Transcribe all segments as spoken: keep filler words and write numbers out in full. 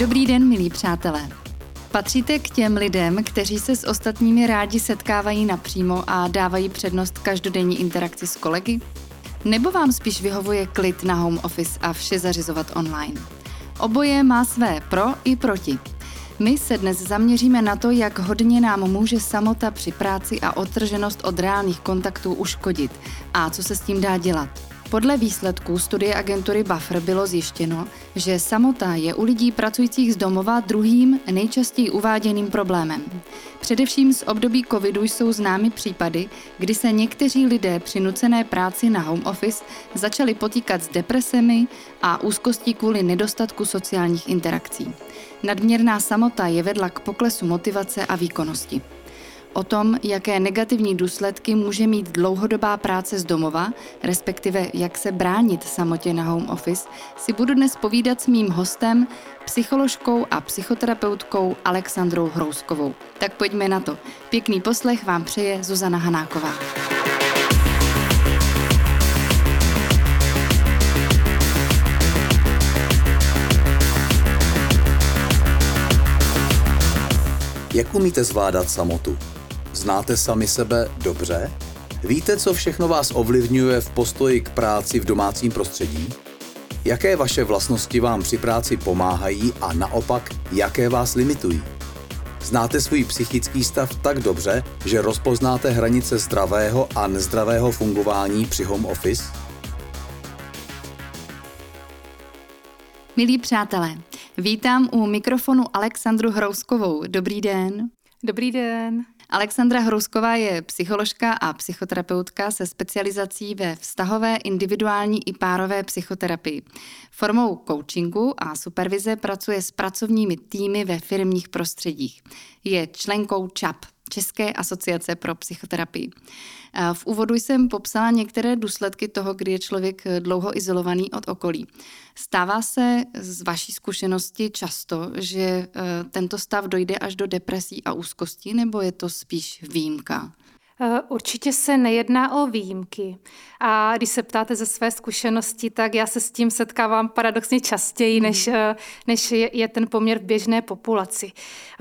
Dobrý den, milí přátelé. Patříte k těm lidem, kteří se s ostatními rádi setkávají napřímo a dávají přednost každodenní interakci s kolegy? Nebo vám spíš vyhovuje klid na home office a vše zařizovat online? Oboje má své pro i proti. My se dnes zaměříme na to, jak hodně nám může samota při práci a odtrženost od reálných kontaktů uškodit a co se s tím dá dělat. Podle výsledků studie agentury Buffer bylo zjištěno, že samota je u lidí pracujících z domova druhým nejčastěji uváděným problémem. Především z období covidu jsou známy případy, kdy se někteří lidé při nucené práci na home office začali potýkat s depresemi a úzkostí kvůli nedostatku sociálních interakcí. Nadměrná samota je vedla k poklesu motivace a výkonnosti. O tom, jaké negativní důsledky může mít dlouhodobá práce z domova, respektive jak se bránit samotě na home office, si budu dnes povídat s mým hostem, psycholožkou a psychoterapeutkou Alexandrou Hrouskovou. Tak pojďme na to. Pěkný poslech vám přeje Zuzana Hanáková. Jak umíte zvládat samotu? Znáte sami sebe dobře? Víte, co všechno vás ovlivňuje v postoji k práci v domácím prostředí? Jaké vaše vlastnosti vám při práci pomáhají a naopak, jaké vás limitují? Znáte svůj psychický stav tak dobře, že rozpoznáte hranice zdravého a nezdravého fungování při home office? Milí přátelé, vítám u mikrofonu Alexandru Hrouskovou. Dobrý den. Dobrý den. Alexandra Hrousková je psycholožka a psychoterapeutka se specializací ve vztahové, individuální i párové psychoterapii. Formou coachingu a supervize pracuje s pracovními týmy ve firemních prostředích. Je členkou Č A P, České asociace pro psychoterapii. V úvodu jsem popsala některé důsledky toho, kdy je člověk dlouho izolovaný od okolí. Stává se z vaší zkušenosti často, že tento stav dojde až do depresí a úzkosti, nebo je to spíš výjimka? Určitě se nejedná o výjimky. A když se ptáte ze své zkušenosti, tak já se s tím setkávám paradoxně častěji, mm. než, než je, je ten poměr v běžné populaci.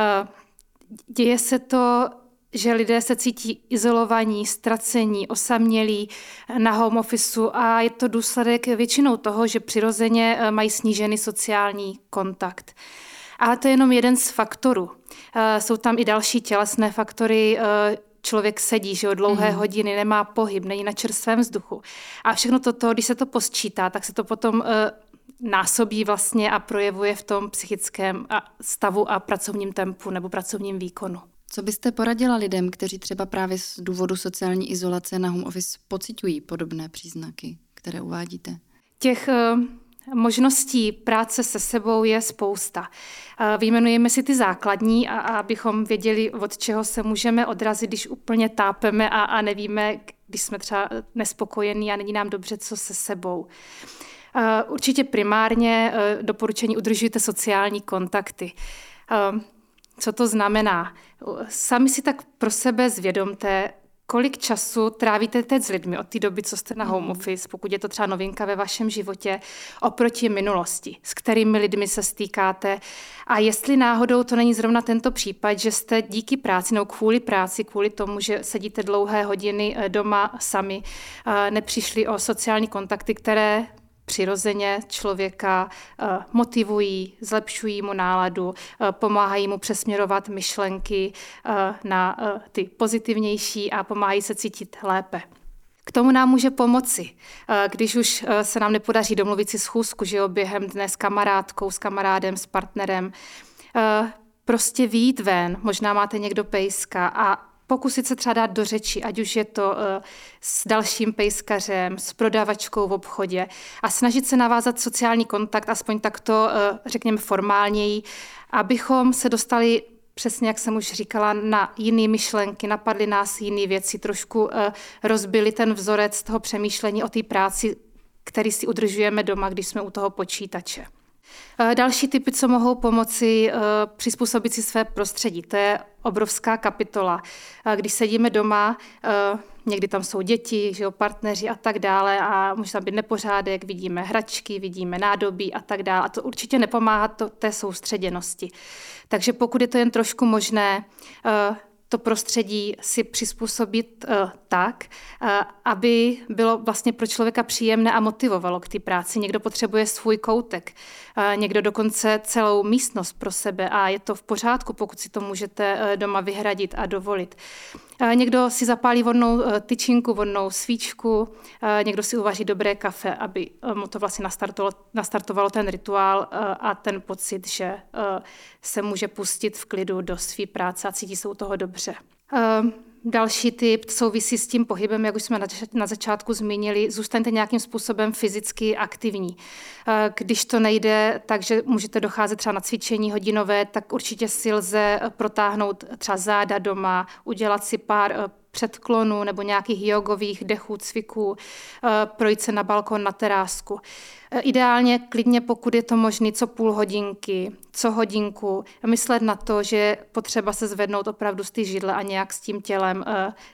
Děje se to, že lidé se cítí izolovaní, ztracení, osamělí na home officeu a je to důsledek většinou toho, že přirozeně mají snížený sociální kontakt. Ale to je jenom jeden z faktorů. Jsou tam i další tělesné faktory. Člověk sedí, že o dlouhé mm. hodiny, nemá pohyb, není na čerstvém vzduchu. A všechno toto, když se to posčítá, tak se to potom násobí vlastně a projevuje v tom psychickém stavu a pracovním tempu nebo pracovním výkonu. Co byste poradila lidem, kteří třeba právě z důvodu sociální izolace na home office pociťují podobné příznaky, které uvádíte? Těch uh, možností práce se sebou je spousta. Uh, vyjmenujeme si ty základní, a, a abychom věděli, od čeho se můžeme odrazit, když úplně tápeme a, a nevíme, když jsme třeba nespokojení a není nám dobře, co se sebou. Uh, určitě primárně uh, doporučení udržujte sociální kontakty. Uh, Co to znamená? Sami si tak pro sebe zvědomte, kolik času trávíte teď s lidmi od té doby, co jste na home office, pokud je to třeba novinka ve vašem životě, oproti minulosti, s kterými lidmi se stýkáte. A jestli náhodou to není zrovna tento případ, že jste díky práci, nebo kvůli práci, kvůli tomu, že sedíte dlouhé hodiny doma sami, nepřišli o sociální kontakty, které přirozeně člověka motivují, zlepšují mu náladu, pomáhají mu přesměrovat myšlenky na ty pozitivnější a pomáhají se cítit lépe. K tomu nám může pomoci, když už se nám nepodaří domluvit si schůzku, že jo, během dne s kamarádkou, s kamarádem, s partnerem, prostě vyjít ven, možná máte někdo pejska a pokusit se třeba dát do řeči, ať už je to uh, s dalším pejskařem, s prodavačkou v obchodě a snažit se navázat sociální kontakt, aspoň takto, uh, řekněme, formálněji, abychom se dostali, přesně jak jsem už říkala, na jiné myšlenky, napadly nás jiné věci, trošku uh, rozbili ten vzorec toho přemýšlení o té práci, který si udržujeme doma, když jsme u toho počítače. Další typy, co mohou pomoci přizpůsobit si své prostředí, to je obrovská kapitola. Když sedíme doma, někdy tam jsou děti, že jo, partneři a tak dále a může tam být nepořádek, vidíme hračky, vidíme nádobí a tak dále a to určitě nepomáhá to, té soustředěnosti. Takže pokud je to jen trošku možné, to prostředí si přizpůsobit uh, tak, uh, aby bylo vlastně pro člověka příjemné a motivovalo k té práci. Někdo potřebuje svůj koutek, uh, někdo dokonce celou místnost pro sebe a je to v pořádku, pokud si to můžete uh, doma vyhradit a dovolit. Uh, někdo si zapálí vodnou uh, tyčinku, vodnou svíčku, uh, někdo si uvaří dobré kafe, aby uh, mu to vlastně nastartovalo, nastartovalo ten rituál uh, a ten pocit, že uh, se může pustit v klidu do své práce a cítí se u toho dobře. Další tip souvisí s tím pohybem, jak už jsme na začátku zmínili, zůstaňte nějakým způsobem fyzicky aktivní. Když to nejde, takže můžete docházet třeba na cvičení hodinové, tak určitě si lze protáhnout třeba záda doma, udělat si pár předklonů nebo nějakých jogových dechů, cviků, projít se na balkon, na terásku. Ideálně klidně, pokud je to možné, co půl hodinky, co hodinku, myslet na to, že je potřeba se zvednout opravdu z té židle a nějak s tím tělem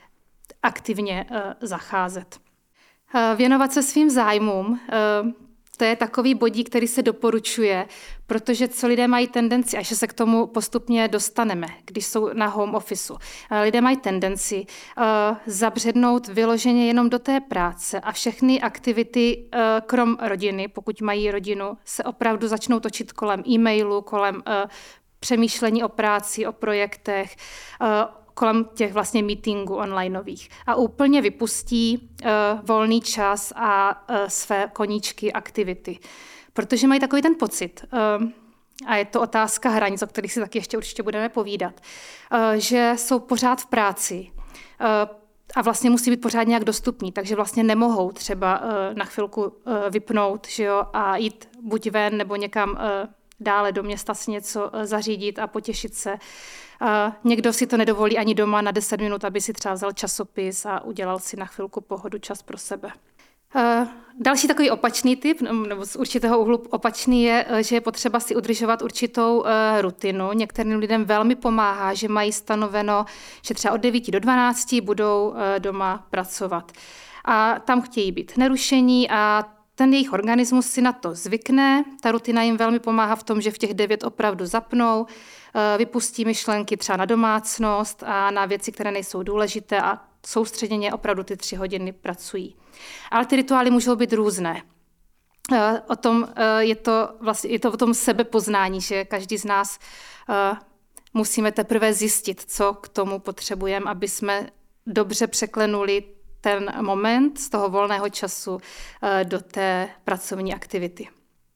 aktivně zacházet. Věnovat se svým zájmům, to je takový bodík, který se doporučuje, protože co lidé mají tendenci, až se k tomu postupně dostaneme, když jsou na home officeu. Lidé mají tendenci uh, zabřednout vyloženě jenom do té práce a všechny aktivity, uh, krom rodiny, pokud mají rodinu, se opravdu začnou točit kolem e-mailu, kolem uh, přemýšlení o práci, o projektech, uh, kolem těch vlastně meetingů onlineových a úplně vypustí uh, volný čas a uh, své koníčky, aktivity. Protože mají takový ten pocit, uh, a je to otázka hranic, o kterých si taky ještě určitě budeme povídat, uh, že jsou pořád v práci uh, a vlastně musí být pořád nějak dostupní, takže vlastně nemohou třeba uh, na chvilku uh, vypnout, že jo, a jít buď ven nebo někam uh, dále do města si něco uh, zařídit a potěšit se. Uh, někdo si to nedovolí ani doma na deset minut, aby si třeba vzal časopis a udělal si na chvilku pohodu, čas pro sebe. Uh, další takový opačný typ, nebo z určitého úhlu opačný je, že je potřeba si udržovat určitou uh, rutinu. Některým lidem velmi pomáhá, že mají stanoveno, že třeba od devíti do dvanácti budou uh, doma pracovat. A tam chtějí být nerušení a ten jejich organismus si na to zvykne. Ta rutina jim velmi pomáhá v tom, že v těch devět opravdu zapnou, vypustí myšlenky třeba na domácnost a na věci, které nejsou důležité a soustředěně opravdu ty tři hodiny pracují. Ale ty rituály můžou být různé. O tom je to vlastně je to o tom sebepoznání, že každý z nás musíme teprve zjistit, co k tomu potřebujeme, aby jsme dobře překlenuli ten moment z toho volného času do té pracovní aktivity.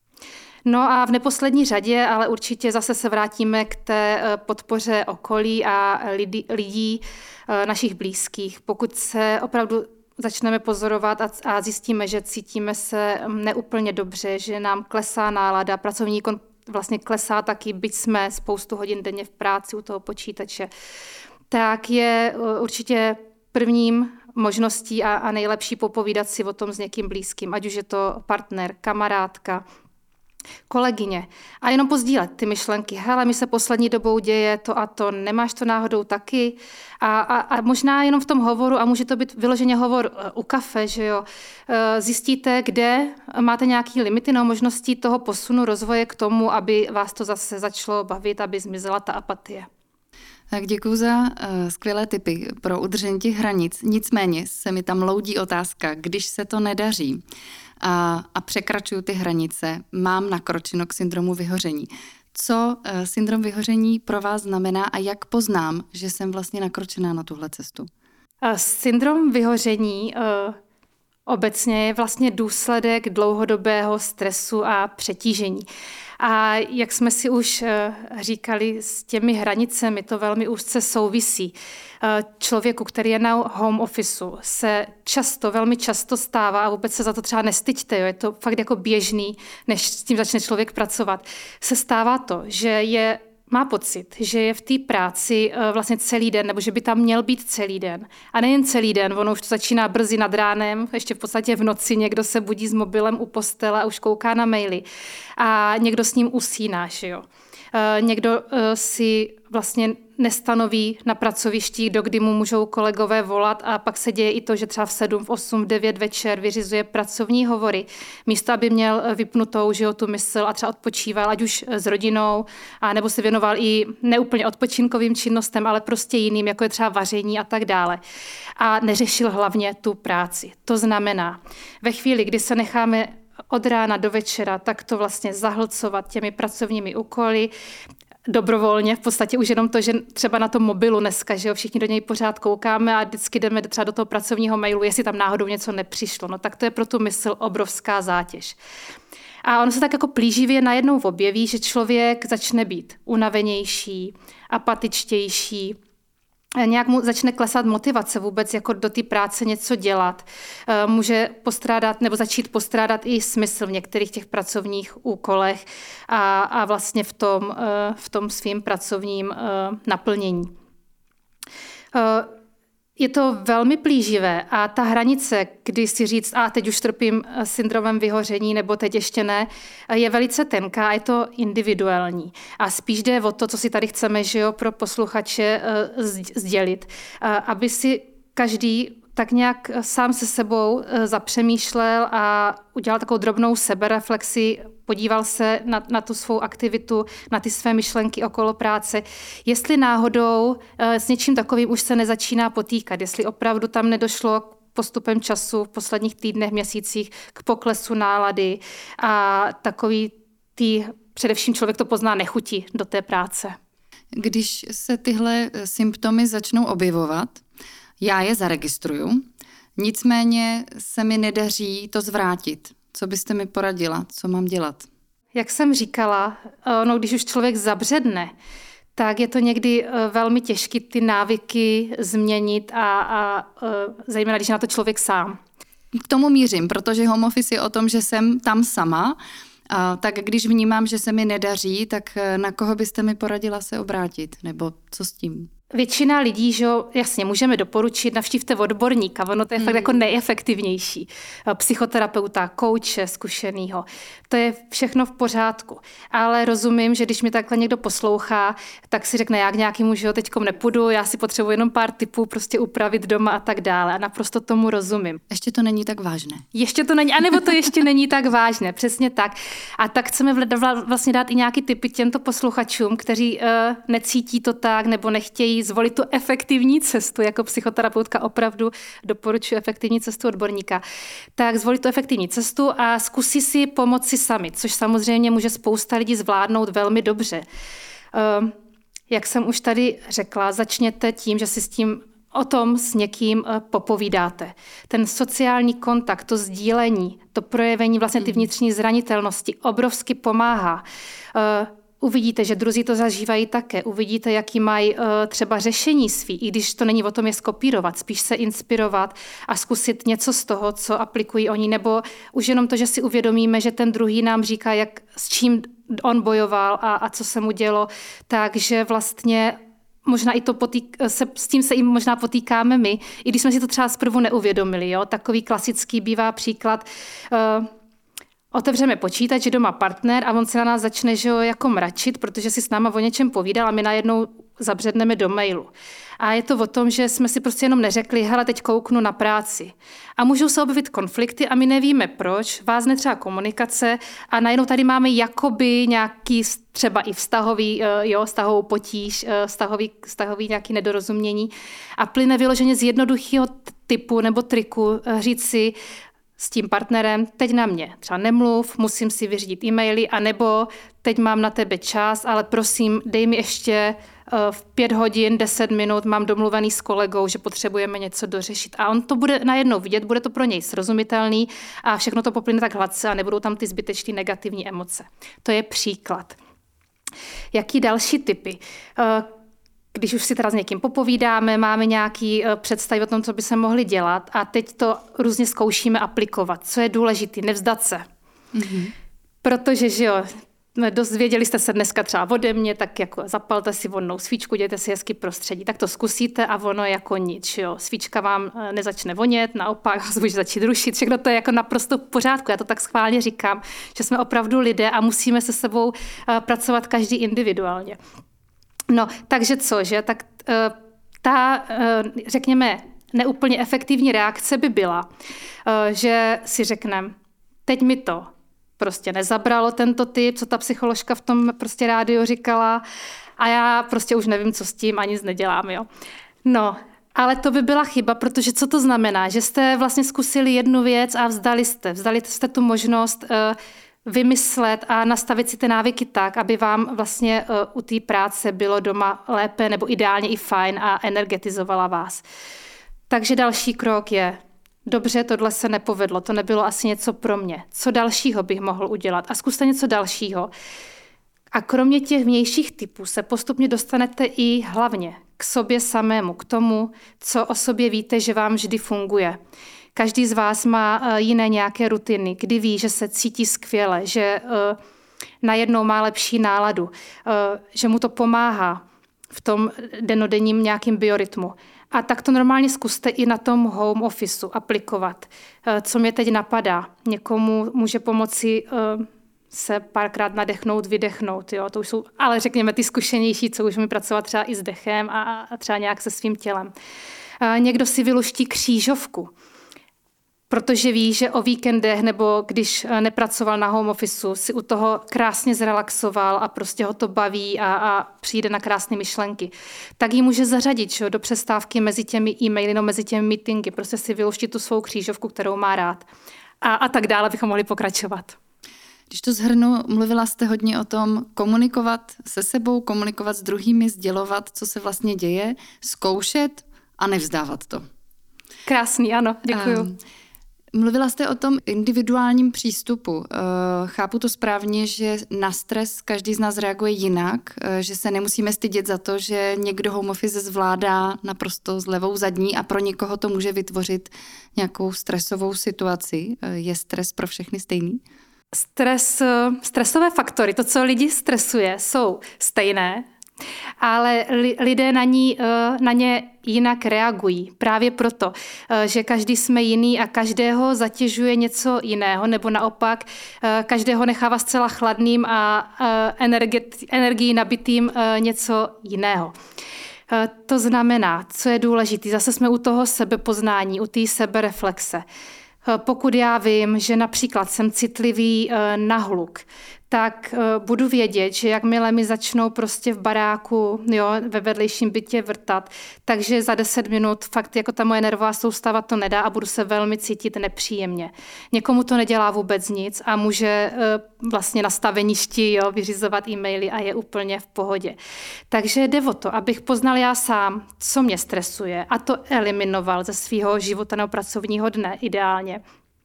No a v neposlední řadě, ale určitě zase se vrátíme k té podpoře okolí a lidí, lidí našich blízkých. Pokud se opravdu začneme pozorovat a zjistíme, že cítíme se neúplně dobře, že nám klesá nálada, pracovní výkon vlastně klesá taky, byť jsme spoustu hodin denně v práci u toho počítače, tak je určitě prvním možností a, a nejlepší popovídat si o tom s někým blízkým, ať už je to partner, kamarádka, kolegyně. A jenom pozdílet ty myšlenky. Hele, mi se poslední dobou děje to a to, nemáš to náhodou taky? A, a, a možná jenom v tom hovoru, a může to být vyloženě hovor u kafe, že jo, zjistíte, kde máte nějaké limity nebo možnosti toho posunu rozvoje k tomu, aby vás to zase začalo bavit, aby zmizela ta apatie. Tak děkuji za uh, skvělé tipy pro udržení těch hranic. Nicméně se mi tam loudí otázka, když se to nedaří a, a překračuju ty hranice, mám nakročeno k syndromu vyhoření. Co uh, syndrom vyhoření pro vás znamená a jak poznám, že jsem vlastně nakročená na tuhle cestu? Uh, syndrom vyhoření uh, obecně je vlastně důsledek dlouhodobého stresu a přetížení. A jak jsme si už říkali, s těmi hranicemi to velmi úzce souvisí. Člověku, který je na home officeu, se často, velmi často stává, a vůbec se za to třeba nestyďte, jo, je to fakt jako běžný, než s tím začne člověk pracovat, se stává to, že je má pocit, že je v té práci vlastně celý den, nebo že by tam měl být celý den. A nejen celý den, ono už to začíná brzy nad ránem, ještě v podstatě v noci někdo se budí s mobilem u postele a už kouká na maily. A někdo s ním usíná, že jo. Někdo si vlastně nestanoví na pracovišti, dokdy mu můžou kolegové volat a pak se děje i to, že třeba v sedm, v osm, v devět večer vyřizuje pracovní hovory. Místo, aby měl vypnutou, že jo, tu mysl a třeba odpočíval, ať už s rodinou, a nebo se věnoval i neúplně odpočinkovým činnostem, ale prostě jiným, jako je třeba vaření a tak dále. A neřešil hlavně tu práci. To znamená, ve chvíli, kdy se necháme od rána do večera tak to vlastně zahlcovat těmi pracovními úkoly, dobrovolně, v podstatě už jenom to, že třeba na tom mobilu dneska, že jo, všichni do něj pořád koukáme a vždycky jdeme třeba do toho pracovního mailu, jestli tam náhodou něco nepřišlo, no tak to je pro tu mysl obrovská zátěž. A ono se tak jako plíživě najednou objeví, že člověk začne být unavenější, apatičtější, nějak mu začne klesat motivace vůbec jako do té práce něco dělat. Může postrádat nebo začít postrádat i smysl v některých těch pracovních úkolech a, a vlastně v tom, v tom svým pracovním naplnění. Je to velmi plíživé a ta hranice, kdy si říct, a teď už trpím syndromem vyhoření, nebo teď ještě ne, je velice tenká a je to individuální. A spíš jde o to, co si tady chceme, že jo, pro posluchače sdělit, aby si každý tak nějak sám se sebou zapřemýšlel a udělal takovou drobnou sebereflexi, podíval se na, na tu svou aktivitu, na ty své myšlenky okolo práce, jestli náhodou s něčím takovým už se nezačíná potýkat, jestli opravdu tam nedošlo postupem času v posledních týdnech, měsících k poklesu nálady a takový tý, především člověk to pozná, nechuti do té práce. Když se tyhle symptomy začnou objevovat, já je zaregistruju, nicméně se mi nedaří to zvrátit. Co byste mi poradila? Co mám dělat? Jak jsem říkala, no, když už člověk zabředne, tak je to někdy velmi těžké ty návyky změnit a, a zejména, když je na to člověk sám. K tomu mířím, protože home office je o tom, že jsem tam sama, a tak když vnímám, že se mi nedaří, tak na koho byste mi poradila se obrátit? Nebo co s tím? Většina lidí, že jasně, můžeme doporučit, navštívte odborníka, ono to je hmm. fakt jako nejefektivnější. Psychoterapeuta, kouče zkušenýho, to je všechno v pořádku. Ale rozumím, že když mi takhle někdo poslouchá, tak si řekne, já k nějakému, že jo, teďkom nepůjdu, já si potřebuji jenom pár tipů prostě upravit doma a tak dále. A naprosto tomu rozumím. Ještě to není tak vážné. Ještě to není, anebo to ještě není tak vážné, přesně tak. A tak chceme vlastně dát i nějaký tipy těmto posluchačům, kteří uh, necítí to tak, nebo nechtějí zvolit tu efektivní cestu, jako psychoterapeutka opravdu doporučuji efektivní cestu odborníka, tak zvolit tu efektivní cestu a zkusí si pomoci sami, což samozřejmě může spousta lidí zvládnout velmi dobře. Jak jsem už tady řekla, začněte tím, že si s tím o tom s někým popovídáte. Ten sociální kontakt, to sdílení, to projevení vlastně ty vnitřní zranitelnosti obrovsky pomáhá. Uvidíte, že druzí to zažívají také. Uvidíte, jaký mají uh, třeba řešení svý, i když to není o tom je skopírovat, spíš se inspirovat a zkusit něco z toho, co aplikují oni, nebo už jenom to, že si uvědomíme, že ten druhý nám říká, jak, s čím on bojoval a, a co se mu dělo, takže vlastně možná i to potýk, se, s tím se jim možná potýkáme my, i když jsme si to třeba zprvu neuvědomili. Jo? Takový klasický bývá příklad, uh, otevřeme počítač, že doma partner a on se na nás začne, že jo, jako mračit, protože si s náma o něčem povídal a my najednou zabředneme do mailu. A je to o tom, že jsme si prostě jenom neřekli, hele, teď kouknu na práci. A můžou se objevit konflikty a my nevíme proč, vázne třeba komunikace a najednou tady máme jakoby nějaký třeba i vztahový, jo, vztahovou potíž, vztahový, vztahový nějaký nedorozumění a plyne vyloženě z jednoduchého typu nebo triku říct si, s tím partnerem, teď na mě třeba nemluv, musím si vyřídit e-maily, anebo teď mám na tebe čas, ale prosím, dej mi ještě v pět hodin, deset minut, mám domluvený s kolegou, že potřebujeme něco dořešit. A on to bude najednou vidět, bude to pro něj srozumitelný a všechno to poplyne tak hladce a nebudou tam ty zbytečné negativní emoce. To je příklad. Jaký další typy? Když už si teda s někým popovídáme, máme nějaký představy o tom, co by se mohli dělat a teď to různě zkoušíme aplikovat. Co je důležité? Nevzdat se. Mm-hmm. Protože, že jo, dozvěděli jste se dneska třeba ode mě, tak jako zapalte si vonnou svíčku, dějte si hezky prostředí. Tak to zkusíte a ono jako nic. Jo. Svíčka vám nezačne vonět, naopak vás může začít rušit. Všechno to je jako naprosto v pořádku. Já to tak schválně říkám, že jsme opravdu lidé a musíme se sebou pracovat každý individuálně. No, takže co, že? Tak ta, řekněme, neúplně efektivní reakce by byla, že si řekneme, teď mi to prostě nezabralo tento typ, co ta psycholožka v tom prostě rádiu říkala a já prostě už nevím, co s tím, ani nic nedělám, jo. No, ale to by byla chyba, protože co to znamená? Že jste vlastně zkusili jednu věc a vzdali jste. Vzdali jste tu možnost uh, vymyslet a nastavit si ty návyky tak, aby vám vlastně uh, u té práce bylo doma lépe nebo ideálně i fajn a energetizovala vás. Takže další krok je, dobře, tohle se nepovedlo, to nebylo asi něco pro mě. Co dalšího bych mohl udělat? A zkuste něco dalšího. A kromě těch vnějších typů se postupně dostanete i hlavně k sobě samému, k tomu, co o sobě víte, že vám vždy funguje. Každý z vás má jiné nějaké rutiny, kdy ví, že se cítí skvěle, že najednou má lepší náladu, že mu to pomáhá v tom denodenním nějakým biorytmu. A tak to normálně zkuste i na tom home officeu aplikovat. Co mě teď napadá? Někomu může pomoci se párkrát nadechnout, vydechnout. Jo? To už jsou, ale řekněme, ty zkušenější, co už mi pracovat třeba i s dechem a, a třeba nějak se svým tělem. Někdo si vyluští křížovku, protože ví, že o víkendech nebo když nepracoval na home officeu, si u toho krásně zrelaxoval a prostě ho to baví a, a přijde na krásné myšlenky. Tak ji může zařadit čo, do přestávky mezi těmi e-maily, no, mezi těmi meetingy, prostě si vyluštit tu svou křížovku, kterou má rád. A, a tak dále bychom mohli pokračovat. Když to shrnu, mluvila jste hodně o tom komunikovat se sebou, komunikovat s druhými, sdělovat, co se vlastně děje, zkoušet a nevzdávat to. Krásný, ano, děkuju. Um, Mluvila jste o tom individuálním přístupu. Chápu to správně, že na stres každý z nás reaguje jinak, že se nemusíme stydět za to, že někdo home office zvládá naprosto s levou zadní a pro někoho to může vytvořit nějakou stresovou situaci. Je stres pro všechny stejný? Stres, stresové faktory, to, co lidi stresuje, jsou stejné, ale lidé na, ní, na ně jinak reagují. Právě proto, že každý jsme jiný a každého zatěžuje něco jiného, nebo naopak každého nechává zcela chladným a energií nabitým něco jiného. To znamená, co je důležité, zase jsme u toho sebepoznání, u té sebereflexe. Pokud já vím, že například jsem citlivý na hluk, tak budu vědět, že jakmile mi začnou prostě v baráku, jo, ve vedlejším bytě vrtat, takže za deset minut fakt jako ta moje nervová soustava to nedá a budu se velmi cítit nepříjemně. Někomu to nedělá vůbec nic a může vlastně na staveništi, jo, vyřizovat e-maily a je úplně v pohodě. Takže jde o to, abych poznal já sám, co mě stresuje a to eliminoval ze svého života nebo pracovního dne ideálně.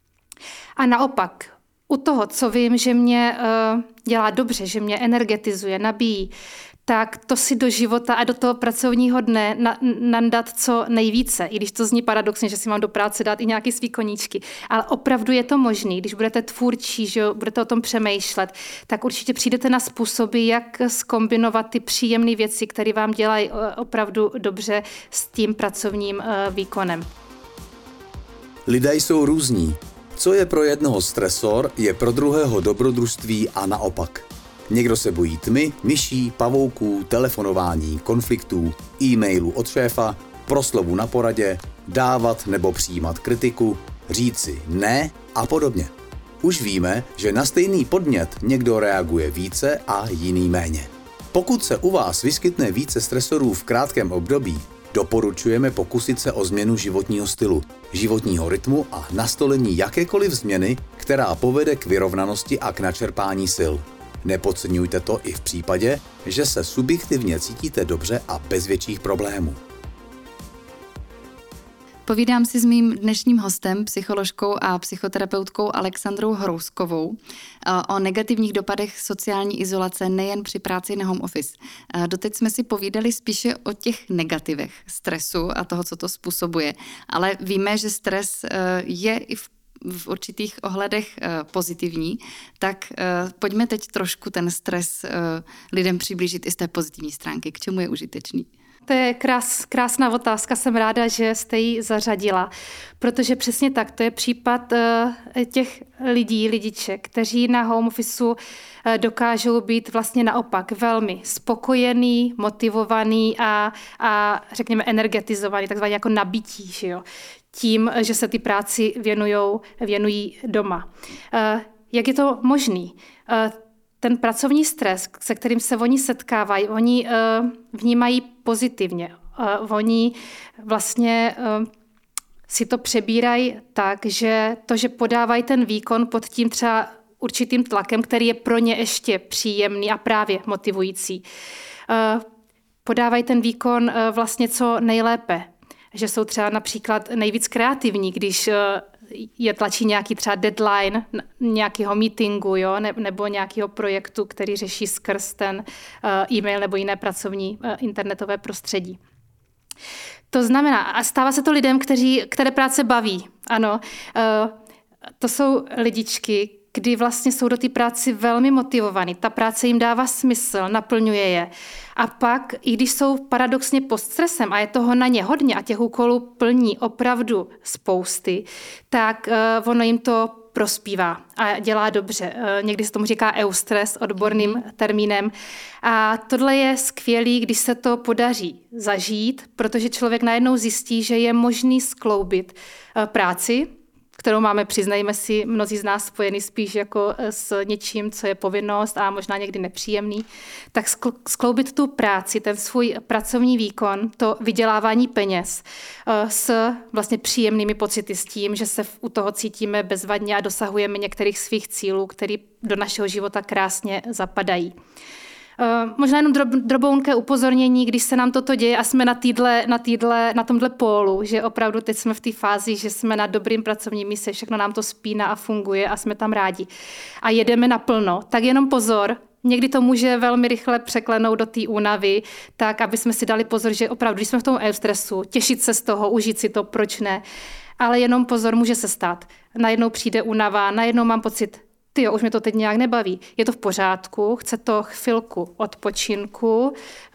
A naopak, u toho, co vím, že mě uh, dělá dobře, že mě energetizuje, nabíjí, tak to si do života a do toho pracovního dne na, nandat co nejvíce. I když to zní paradoxně, že si mám do práce dát i nějaký svý koníčky. Ale opravdu je to možný. Když budete tvůrčí, že budete o tom přemýšlet, tak určitě přijdete na způsoby, jak zkombinovat ty příjemné věci, které vám dělají opravdu dobře s tím pracovním uh, výkonem. Lidé jsou různí. Co je pro jednoho stresor, je pro druhého dobrodružství a naopak. Někdo se bojí tmy, myší, pavouků, telefonování, konfliktů, e-mailů od šéfa, proslovu na poradě, dávat nebo přijímat kritiku, říci ne a podobně. Už víme, že na stejný podnět někdo reaguje více a jiný méně. Pokud se u vás vyskytne více stresorů v krátkém období, doporučujeme pokusit se o změnu životního stylu, životního rytmu a nastolení jakékoliv změny, která povede k vyrovnanosti a k načerpání sil. Nepodceňujte to i v případě, že se subjektivně cítíte dobře a bez větších problémů. Povídám si s mým dnešním hostem, psycholožkou a psychoterapeutkou Alexandrou Hrouskovou o negativních dopadech sociální izolace nejen při práci na home office. Doteď jsme si povídali spíše o těch negativech stresu a toho, co to způsobuje. Ale víme, že stres je i v v určitých ohledech pozitivní, tak pojďme teď trošku ten stres lidem přiblížit i z té pozitivní stránky. K čemu je užitečný? To je krás, krásná otázka, jsem ráda, že jste ji zařadila, protože přesně tak, to je případ těch lidí, lidiček, kteří na home officeu dokážou být vlastně naopak velmi spokojený, motivovaný a, a řekněme energetizovaný, takzvaně jako nabití, že jo? Tím, že se ty práci věnujou, věnují doma. Jak je to možný? Ten pracovní stres, se kterým se oni setkávají, oni uh, vnímají pozitivně. Uh, oni vlastně uh, si to přebírají tak, že to, že podávají ten výkon pod tím třeba určitým tlakem, který je pro ně ještě příjemný a právě motivující. Uh, podávají ten výkon uh, vlastně co nejlépe. Že jsou třeba například nejvíc kreativní, když uh, je tlačí nějaký třeba deadline nějakého meetingu, jo, ne, nebo nějakého projektu, který řeší skrz ten uh, e-mail nebo jiné pracovní uh, internetové prostředí. To znamená, a stává se to lidem, kteří, které práce baví. Ano, uh, to jsou lidičky, kdy vlastně jsou do té práci velmi motivovaní. Ta práce jim dává smysl, naplňuje je. A pak, i když jsou paradoxně pod stresem a je toho na ně hodně a těch úkolů plní opravdu spousty, tak uh, ono jim to prospívá a dělá dobře. Uh, někdy se tomu říká eustres, odborným termínem. A tohle je skvělý, když se to podaří zažít, protože člověk najednou zjistí, že je možný skloubit uh, práci, kterou máme, přiznejme si, mnozí z nás spojený spíš jako s něčím, co je povinnost a možná někdy nepříjemný, tak skloubit tu práci, ten svůj pracovní výkon, to vydělávání peněz s vlastně příjemnými pocity, s tím, že se u toho cítíme bezvadně a dosahujeme některých svých cílů, které do našeho života krásně zapadají. Uh, možná jenom drob, drobounké upozornění, když se nám toto děje a jsme na, týdle, na, týdle, na tomhle pólu, že opravdu teď jsme v té fázi, že jsme na dobrým pracovním místě, všechno nám to spíná a funguje a jsme tam rádi. A jedeme naplno, tak jenom pozor, někdy to může velmi rychle překlenout do té únavy, tak aby jsme si dali pozor, že opravdu, když jsme v tom stresu, těšit se z toho, užít si to, proč ne. Ale jenom pozor, může se stát. Najednou přijde únava, najednou mám pocit, tyjo, už mě to teď nějak nebaví. Je to v pořádku, chce to chvilku odpočinku,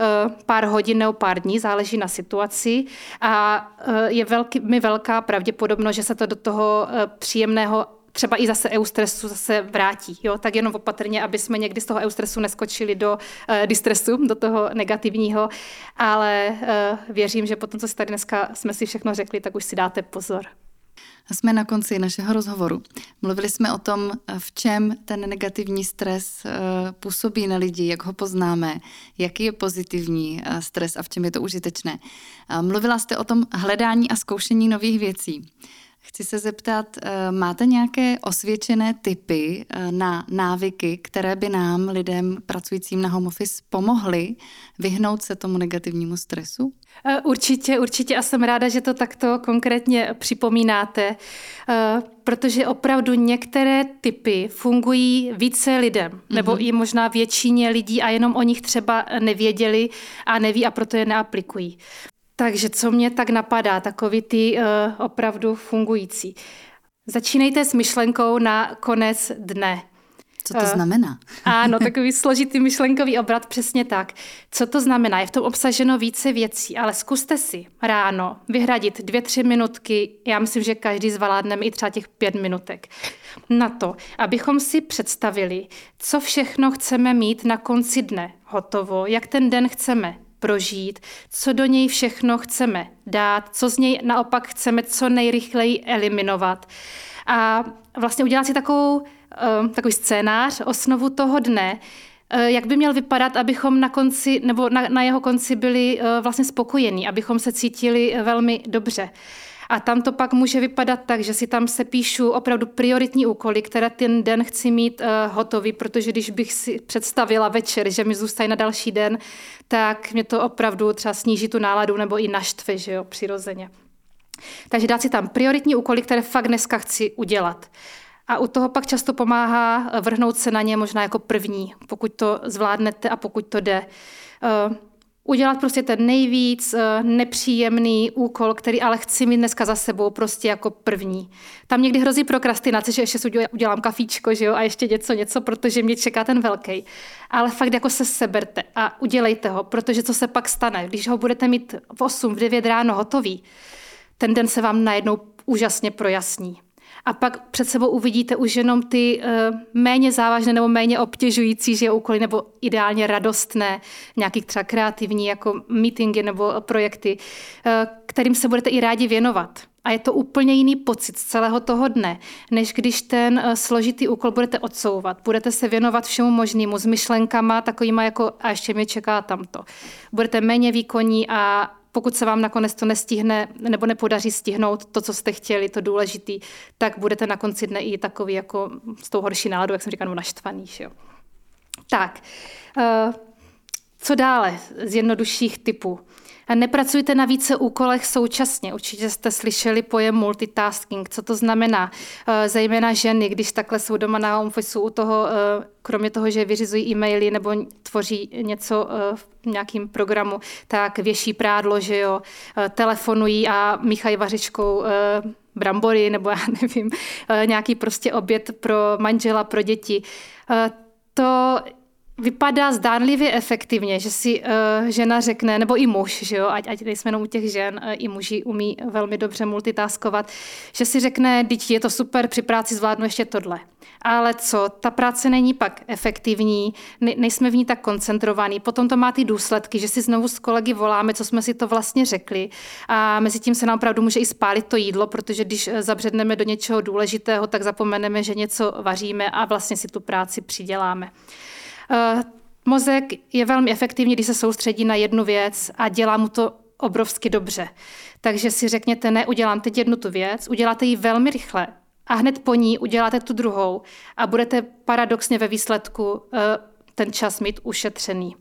pár hodin nebo pár dní, záleží na situaci a je velký, mi velká pravděpodobnost, že se to do toho příjemného třeba i zase eustresu zase vrátí. Jo? Tak jenom opatrně, aby jsme někdy z toho eustresu neskočili do uh, distresu, do toho negativního, ale uh, věřím, že potom, co si tady dneska jsme si všechno řekli, tak už si dáte pozor. Jsme na konci našeho rozhovoru. Mluvili jsme o tom, v čem ten negativní stres působí na lidi, jak ho poznáme, jaký je pozitivní stres a v čem je to užitečné. Mluvila jste o tom hledání a zkoušení nových věcí. Chci se zeptat, máte nějaké osvědčené tipy na návyky, které by nám, lidem pracujícím na home office, pomohly vyhnout se tomu negativnímu stresu? Určitě, určitě a jsem ráda, že to takto konkrétně připomínáte, protože opravdu některé typy fungují více lidem, mm-hmm. nebo i možná většině lidí a jenom o nich třeba nevěděli a neví a proto je neaplikují. Takže co mě tak napadá, takový ty uh, opravdu fungující. Začínejte s myšlenkou na konec dne. Co to znamená? Uh, ano, takový složitý myšlenkový obrat, přesně tak. Co to znamená? Je v tom obsaženo více věcí, ale zkuste si ráno vyhradit dvě, tři minutky, já myslím, že každý zvládneme i třeba těch pět minutek, na to, abychom si představili, co všechno chceme mít na konci dne hotovo, jak ten den chceme prožít, co do něj všechno chceme dát, co z něj naopak chceme co nejrychleji eliminovat. A vlastně udělat si takovou, takový scénář, osnovu toho dne, jak by měl vypadat, abychom na konci, nebo na, na jeho konci byli vlastně spokojení, abychom se cítili velmi dobře. A tam to pak může vypadat tak, že si tam sepíšu opravdu prioritní úkoly, které ten den chci mít uh, hotový, protože když bych si představila večer, že mi zůstají na další den, tak mě to opravdu třeba sníží tu náladu nebo i naštve, že jo, přirozeně. Takže dát si tam prioritní úkoly, které fakt dneska chci udělat. A u toho pak často pomáhá vrhnout se na ně možná jako první, pokud to zvládnete a pokud to jde. Uh, udělat prostě ten nejvíc nepříjemný úkol, který ale chci mít dneska za sebou prostě jako první. Tam někdy hrozí prokrastinace, že ještě si udělám kafíčko, že jo, a ještě něco, něco, protože mě čeká ten velký. Ale fakt jako se seberte a udělejte ho, protože co se pak stane, když ho budete mít v osm, v devět ráno hotový, ten den se vám najednou úžasně projasní. A pak před sebou uvidíte už jenom ty uh, méně závažné nebo méně obtěžující že úkoly, nebo ideálně radostné, nějaký třeba kreativní jako meetingy nebo projekty, uh, kterým se budete i rádi věnovat. A je to úplně jiný pocit z celého toho dne, než když ten uh, složitý úkol budete odsouvat. Budete se věnovat všemu možnému s myšlenkama takovýma jako a ještě mě čeká tamto. Budete méně výkonní a pokud se vám nakonec to nestihne nebo nepodaří stihnout to, co jste chtěli, to důležitý, tak budete na konci dne i takový jako s tou horší náladou, jak jsem říkala, naštvaný. Že jo. Tak, co dále z jednodušších typů? Nepracujte na více úkolech současně. Určitě jste slyšeli pojem multitasking. Co to znamená? Zejména ženy, když takhle jsou doma na home office u toho, kromě toho, že vyřizují e-maily nebo tvoří něco v nějakým programu, tak věší prádlo, že jo, telefonují a míchají vařičkou brambory nebo já nevím, nějaký prostě oběd pro manžela, pro děti. To vypadá zdánlivě efektivně, že si uh, žena řekne, nebo i muž, že jo, ať, ať nejsme jenom u těch žen, uh, i muži umí velmi dobře multitaskovat, že si řekne, teď je to super, při práci zvládnu ještě tohle. Ale co, ta práce není pak efektivní, ne, nejsme v ní tak koncentrovaní, potom to má ty důsledky, že si znovu s kolegy voláme, co jsme si to vlastně řekli a mezi tím se nám opravdu může i spálit to jídlo, protože když zabředneme do něčeho důležitého, tak zapomeneme, že něco vaříme a vlastně si tu práci přiděláme. Uh, mozek je velmi efektivní, když se soustředí na jednu věc a dělá mu to obrovsky dobře. Takže si řekněte, ne, udělám teď jednu tu věc, uděláte ji velmi rychle a hned po ní uděláte tu druhou a budete paradoxně ve výsledku uh, ten čas mít ušetřený.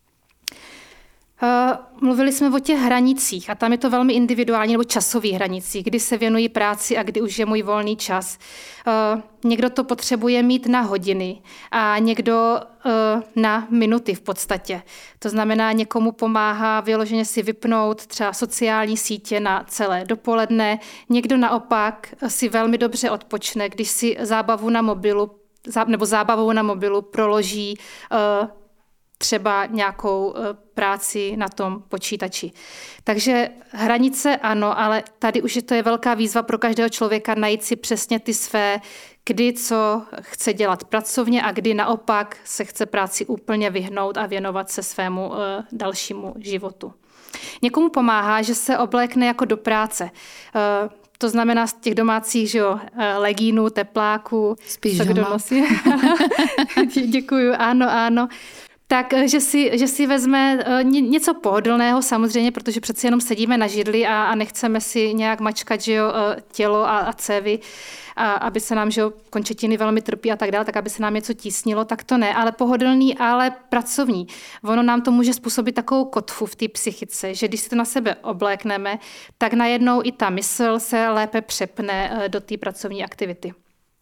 Uh, mluvili jsme o těch hranicích a tam je to velmi individuální nebo časových hranicích, kdy se věnují práci a kdy už je můj volný čas. Uh, někdo to potřebuje mít na hodiny a někdo uh, na minuty v podstatě. To znamená, někomu pomáhá vyloženě si vypnout třeba sociální sítě na celé dopoledne, někdo naopak si velmi dobře odpočne, když si zábavu na mobilu nebo zábavou na mobilu proloží uh, třeba nějakou práci na tom počítači. Takže hranice ano, ale tady už je to je velká výzva pro každého člověka najít si přesně ty své, kdy co chce dělat pracovně a kdy naopak se chce práci úplně vyhnout a věnovat se svému uh, dalšímu životu. Někomu pomáhá, že se oblékne jako do práce. Uh, To znamená z těch domácích, že jo, legínů, tepláků. Spíš co kdo nosí. Děkuju, ano, ano. Tak, že si, že si vezme něco pohodlného samozřejmě, protože přeci jenom sedíme na židli a, a nechceme si nějak mačkat, že jo, tělo a, a cévy, a aby se nám, že jo, končetiny velmi trpí a tak dále, tak aby se nám něco tísnilo, tak to ne, ale pohodlný, ale pracovní. Ono nám to může způsobit takovou kotvu v té psychice, že když si to na sebe oblékneme, tak najednou i ta mysl se lépe přepne do té pracovní aktivity.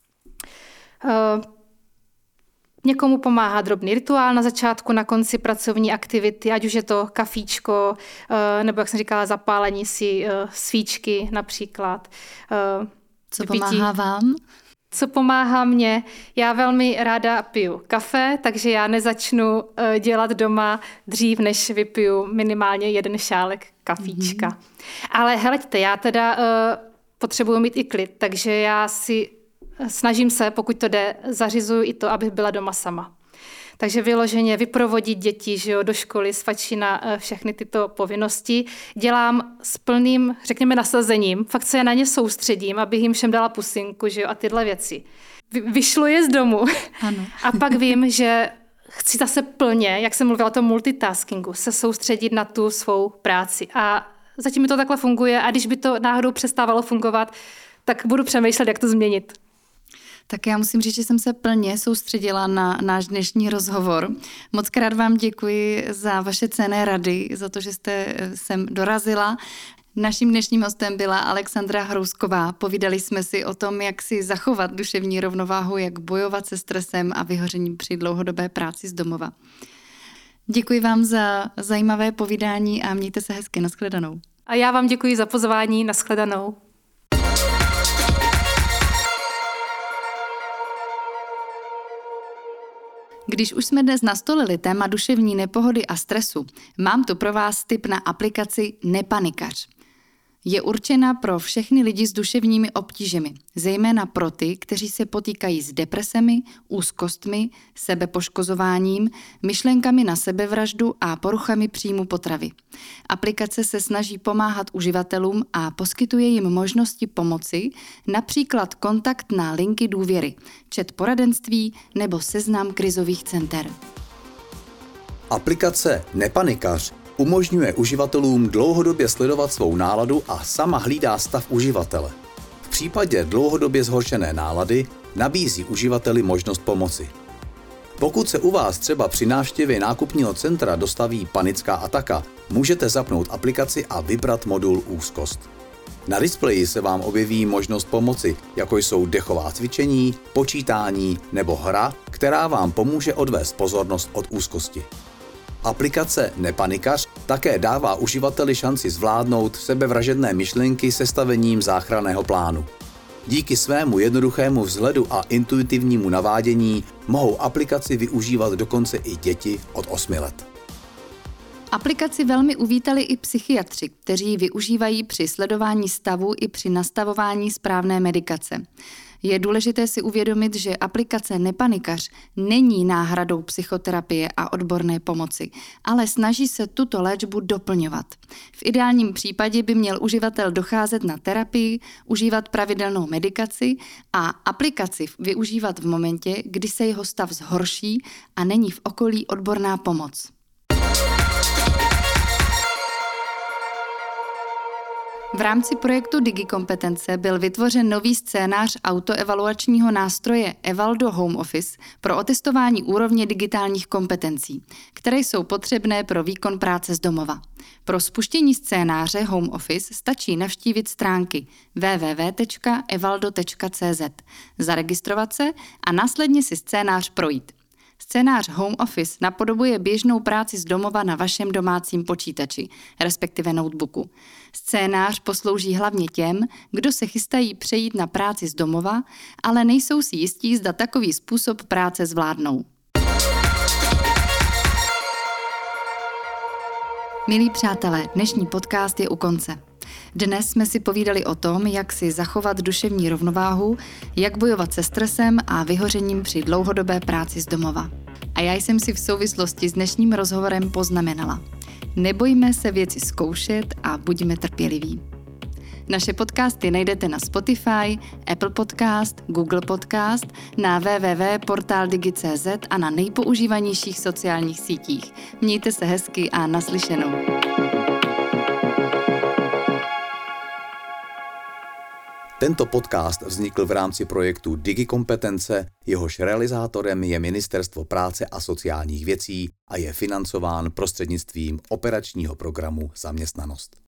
Někomu pomáhá drobný rituál na začátku, na konci pracovní aktivity, ať už je to kafíčko, nebo jak jsem říkala, zapálení si svíčky například. Co pomáhá vám? Co pomáhá mně? Já velmi ráda piju kafe, takže já nezačnu dělat doma dřív, než vypiju minimálně jeden šálek kafíčka. Mm-hmm. Ale heleďte, já teda potřebuji mít i klid, takže já si snažím se, pokud to jde, zařizuju i to, abych byla doma sama. Takže vyloženě vyprovodit děti, že jo, do školy, svačí na všechny tyto povinnosti. Dělám s plným, řekněme, nasazením. Fakt se na ně soustředím, abych jim všem dala pusinku, že jo, a tyhle věci. Vy, vyšlu je z domu. Ano. A pak vím, že chci zase plně, jak jsem mluvila o tom multitaskingu, se soustředit na tu svou práci. A zatím mi to takhle funguje a když by to náhodou přestávalo fungovat, tak budu přemýšlet, jak to změnit. Tak já musím říct, že jsem se plně soustředila na náš dnešní rozhovor. Moc krát vám děkuji za vaše cenné rady, za to, že jste sem dorazila. Naším dnešním hostem byla Alexandra Hrousková. Povídali jsme si o tom, jak si zachovat duševní rovnováhu, jak bojovat se stresem a vyhořením při dlouhodobé práci z domova. Děkuji vám za zajímavé povídání a mějte se hezky. Nashledanou. A já vám děkuji za pozvání. Nashledanou. Když už jsme dnes nastolili téma duševní nepohody a stresu, mám tu pro vás tip na aplikaci Nepanikař. Je určena pro všechny lidi s duševními obtížemi, zejména pro ty, kteří se potýkají s depresemi, úzkostmi, sebepoškozováním, myšlenkami na sebevraždu a poruchami příjmu potravy. Aplikace se snaží pomáhat uživatelům a poskytuje jim možnosti pomoci, například kontakt na linky důvěry, chat poradenství nebo seznam krizových center. Aplikace Nepanikař umožňuje uživatelům dlouhodobě sledovat svou náladu a sama hlídá stav uživatele. V případě dlouhodobě zhoršené nálady nabízí uživateli možnost pomoci. Pokud se u vás třeba při návštěvě nákupního centra dostaví panická ataka, můžete zapnout aplikaci a vybrat modul úzkost. Na displeji se vám objeví možnost pomoci, jako jsou dechová cvičení, počítání nebo hra, která vám pomůže odvést pozornost od úzkosti. Aplikace Nepanikař také dává uživateli šanci zvládnout sebevražedné myšlenky sestavením záchranného plánu. Díky svému jednoduchému vzhledu a intuitivnímu navádění mohou aplikaci využívat dokonce i děti od osmi let. Aplikaci velmi uvítali i psychiatři, kteří ji využívají při sledování stavu i při nastavování správné medikace. Je důležité si uvědomit, že aplikace Nepanikař není náhradou psychoterapie a odborné pomoci, ale snaží se tuto léčbu doplňovat. V ideálním případě by měl uživatel docházet na terapii, užívat pravidelnou medikaci a aplikaci využívat v momentě, kdy se jeho stav zhorší a není v okolí odborná pomoc. V rámci projektu DigiKompetence byl vytvořen nový scénář autoevaluačního nástroje Evaldo Home Office pro otestování úrovně digitálních kompetencí, které jsou potřebné pro výkon práce z domova. Pro spuštění scénáře Home Office stačí navštívit stránky w w w tečka evaldo tečka c z, zaregistrovat se a následně si scénář projít. Scénář Home Office napodobuje běžnou práci z domova na vašem domácím počítači, respektive notebooku. Scénář poslouží hlavně těm, kdo se chystají přejít na práci z domova, ale nejsou si jistí, zda takový způsob práce zvládnou. Milí přátelé, dnešní podcast je u konce. Dnes jsme si povídali o tom, jak si zachovat duševní rovnováhu, jak bojovat se stresem a vyhořením při dlouhodobé práci z domova. A já jsem si v souvislosti s dnešním rozhovorem poznamenala: nebojme se věci zkoušet a buďme trpěliví. Naše podcasty najdete na Spotify, Apple Podcast, Google Podcast, na w w w tečka portal digi tečka c z a na nejpoužívanějších sociálních sítích. Mějte se hezky a naslyšenou. Tento podcast vznikl v rámci projektu DigiKompetence, jehož realizátorem je Ministerstvo práce a sociálních věcí a je financován prostřednictvím operačního programu Zaměstnanost.